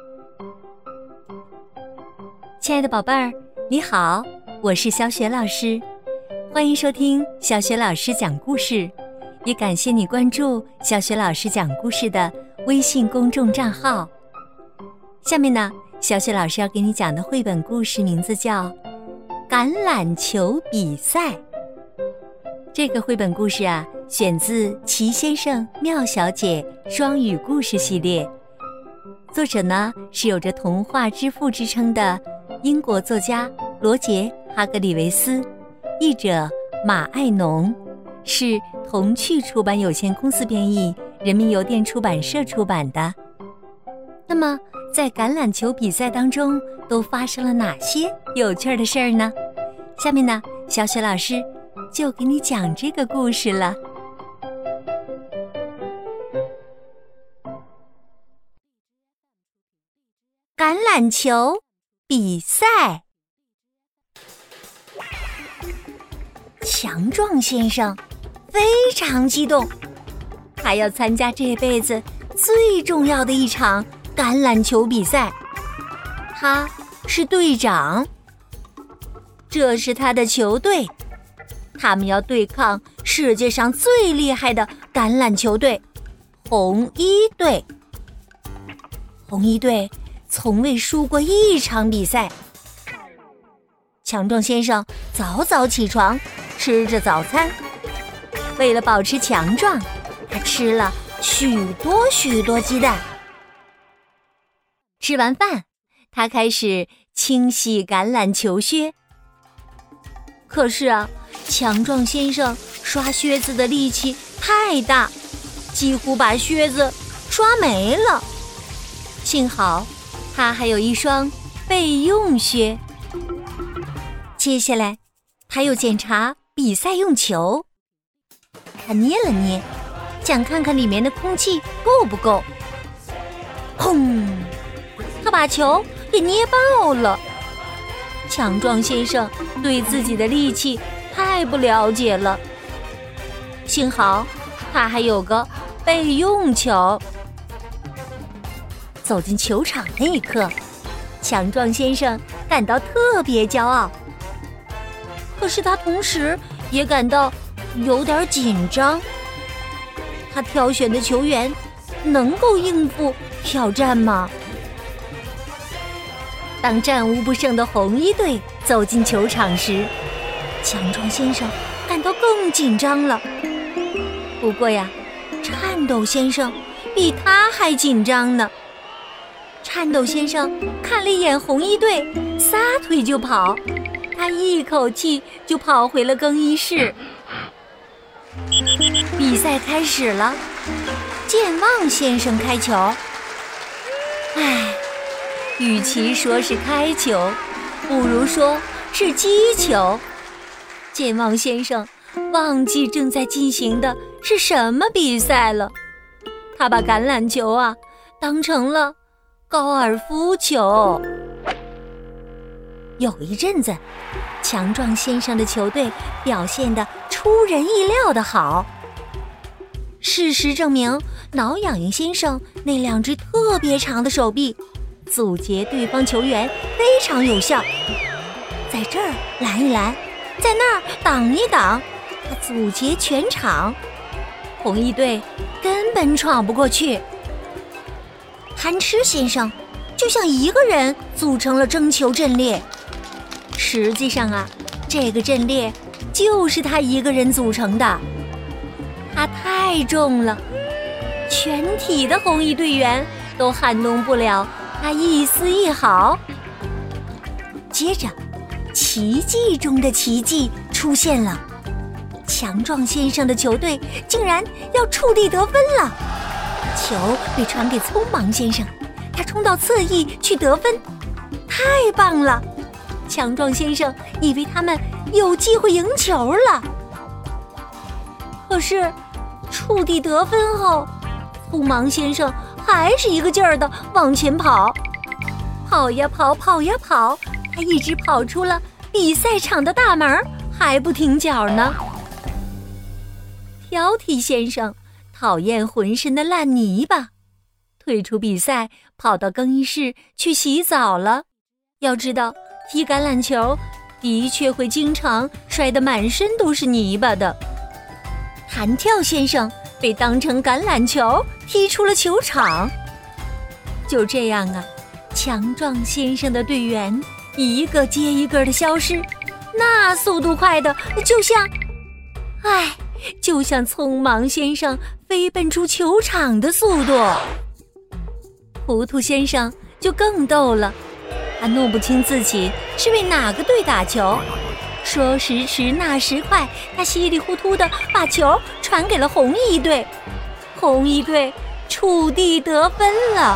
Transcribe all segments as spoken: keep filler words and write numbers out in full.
亲爱的宝贝儿，你好，我是小雪老师，欢迎收听小雪老师讲故事，也感谢你关注小雪老师讲故事的微信公众账号。下面呢，小雪老师要给你讲的绘本故事名字叫《橄榄球比赛》。这个绘本故事啊，选自奇先生妙小姐双语故事系列，作者呢是有着童话之父之称的英国作家罗杰·哈格里维斯，译者马爱农，是童趣出版有限公司编译，人民邮电出版社出版的。那么在橄榄球比赛当中都发生了哪些有趣的事儿呢？下面呢，小雪老师就给你讲这个故事了。橄榄球比赛。强壮先生非常激动，他要参加这辈子最重要的一场橄榄球比赛。他是队长，这是他的球队，他们要对抗世界上最厉害的橄榄球队——红衣队。红衣队从未输过一场比赛。强壮先生早早起床，吃着早餐。为了保持强壮，他吃了许多许多鸡蛋。吃完饭，他开始清洗橄榄球靴。可是啊，强壮先生刷靴子的力气太大，几乎把靴子刷没了。幸好他还有一双备用靴。接下来他又检查比赛用球，他捏了捏，想看看里面的空气够不够。砰！他把球给捏爆了。强壮先生对自己的力气太不了解了，幸好他还有个备用球。走进球场那一刻，强壮先生感到特别骄傲，可是他同时也感到有点紧张。他挑选的球员能够应付挑战吗？当战无不胜的红衣队走进球场时，强壮先生感到更紧张了。不过呀，颤抖先生比他还紧张呢。颤抖先生看了一眼红衣队，撒腿就跑，他一口气就跑回了更衣室。比赛开始了，健忘先生开球。唉，与其说是开球，不如说是击球。健忘先生忘记正在进行的是什么比赛了，他把橄榄球啊当成了高尔夫球。有一阵子，强壮先生的球队表现得出人意料的好。事实证明，挠痒痒先生那两只特别长的手臂阻截对方球员非常有效。在这儿拦一拦，在那儿挡一挡，他阻截全场，红衣队根本闯不过去。贪吃先生就像一个人组成了争球阵列，实际上啊，这个阵列就是他一个人组成的。他太重了，全体的红衣队员都撼动不了他一丝一毫。接着，奇迹中的奇迹出现了，强壮先生的球队竟然要触地得分了。球被传给匆忙先生，他冲到侧翼去得分，太棒了！强壮先生以为他们有机会赢球了。可是触地得分后，匆忙先生还是一个劲儿地往前跑，跑呀跑，跑呀跑，他一直跑出了比赛场的大门，还不停脚呢。挑剔先生讨厌浑身的烂泥巴， 退出比赛，跑到更衣室去洗澡了。要知道，踢橄榄球的确会经常摔得满身都是泥巴的。弹跳先生被当成橄榄球踢出了球场。就这样啊，强壮先生的队员一个接一个的消失，那速度快的就像，唉，就像匆忙先生飞奔出球场的速度。糊涂先生就更逗了，他弄不清自己是为哪个队打球，说时迟那时快，他稀里糊涂地把球传给了红衣队，红衣队触地得分了。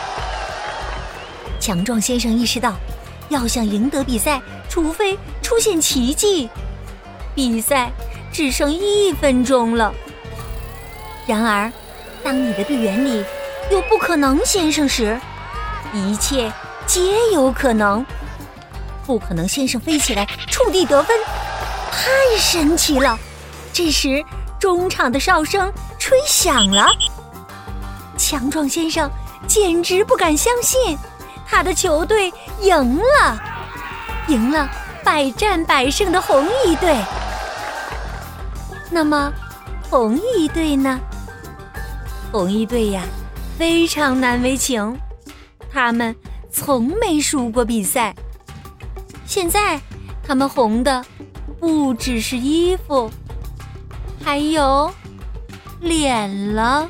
强壮先生意识到，要想赢得比赛，除非出现奇迹。比赛只剩一分钟了。然而，当你的队员里有不可能先生时，一切皆有可能。不可能先生飞起来触地得分，太神奇了。这时中场的哨声吹响了，强壮先生简直不敢相信，他的球队赢了，赢了百战百胜的红衣队。那么红衣队呢？红衣队呀，非常难为情，他们从没输过比赛。现在他们红的不只是衣服，还有脸了。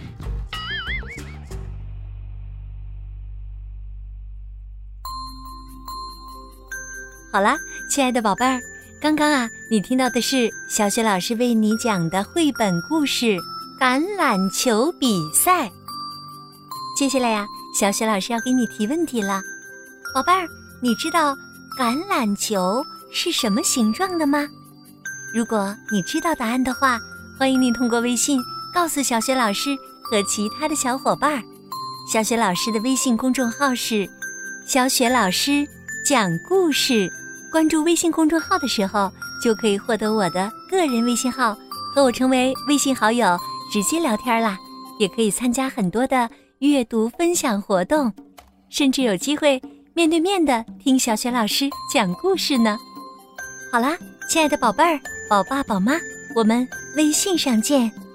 好啦，亲爱的宝贝儿，刚刚啊，你听到的是小雪老师为你讲的绘本故事《橄榄球比赛》。接下来呀、啊，小雪老师要给你提问题了。宝贝儿，你知道橄榄球是什么形状的吗？如果你知道答案的话，欢迎你通过微信告诉小雪老师和其他的小伙伴。小雪老师的微信公众号是小雪老师讲故事，关注微信公众号的时候，就可以获得我的个人微信号，和我成为微信好友，直接聊天啦。也可以参加很多的阅读分享活动，甚至有机会面对面的听小雪老师讲故事呢。好啦，亲爱的宝贝儿，宝爸宝妈，我们微信上见。